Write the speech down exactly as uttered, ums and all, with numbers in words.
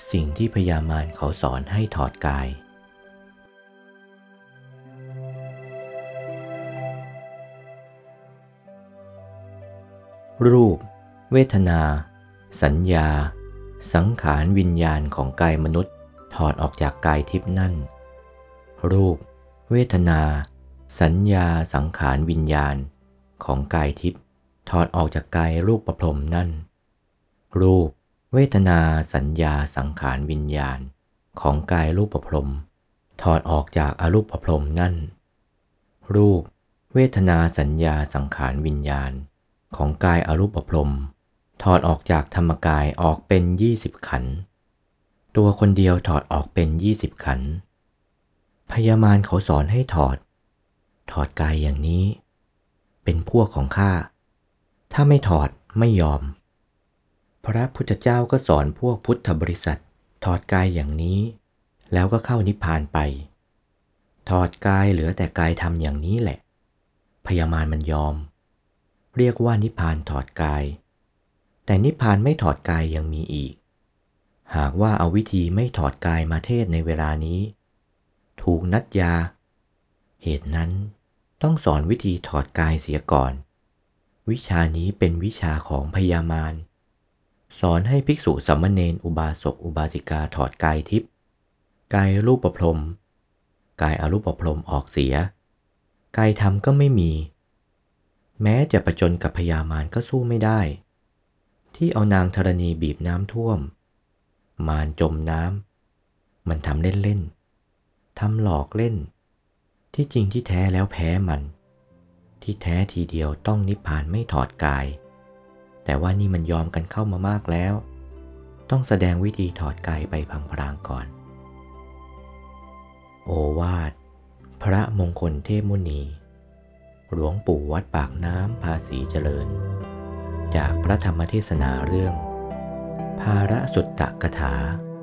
สิ่งที่พญามารเขาสอนให้ถอดกายรูปเวทนาสัญญาสังขารวิญญาณของกายมนุษย์ถอดออกจากกายทิพย์นั่นรูปเวทนาสัญญาสังขารวิญญาณของกายทิพย์ถอดออกจากกายรูปประพรมนั่นรูปเวทนาสัญญาสังขารวิญญาณของกายรูปประพรมถอดออกจากอรูปประพรมนั่นรูปเวทนาสัญญาสังขารวิญญาณของกายอรูปพรหมถอดออกจากธรรมกายออกเป็นยี่สิบขันธ์ตัวคนเดียวถอดออกเป็นยี่สิบขันธ์พญามารเขาสอนให้ถอดถอดกายอย่างนี้เป็นพวกของข้าถ้าไม่ถอดไม่ยอมพระพุทธเจ้าก็สอนพวกพุทธบริษัทถอดกายอย่างนี้แล้วก็เข้านิพพานไปถอดกายเหลือแต่กายทำอย่างนี้แหละพญามารมันยอมเรียกว่านิพพานถอดกายแต่นิพพานไม่ถอดกายยังมีอีกหากว่าเอาวิธีไม่ถอดกายมาเทศในเวลานี้ถูกนัดยาเหตุนั้นต้องสอนวิธีถอดกายเสียก่อนวิชานี้เป็นวิชาของพญามารสอนให้ภิกษุสามเณรอุบาสกอุบาสิกาถอดกายทิพย์กายรูปประพรมกายอรูปประพรมออกเสียกายธรรมก็ไม่มีแม้จะประจนกับพญามารก็สู้ไม่ได้ที่เอานางธรณีบีบน้ำท่วมมารจมน้ำมันทำเล่นๆทำหลอกเล่นที่จริงที่แท้แล้วแพ้มันที่แท้ทีเดียวต้องนิพพานไม่ถอดกายแต่ว่านี่มันยอมกันเข้ามามากแล้วต้องแสดงวิธีถอดกายไปพลางๆก่อนโอวาทพระมงคลเทพมุนีหลวงปู่วัดปากน้ำภาษีเจริญจากพระธรรมเทศนาเรื่องภารสุตตกถา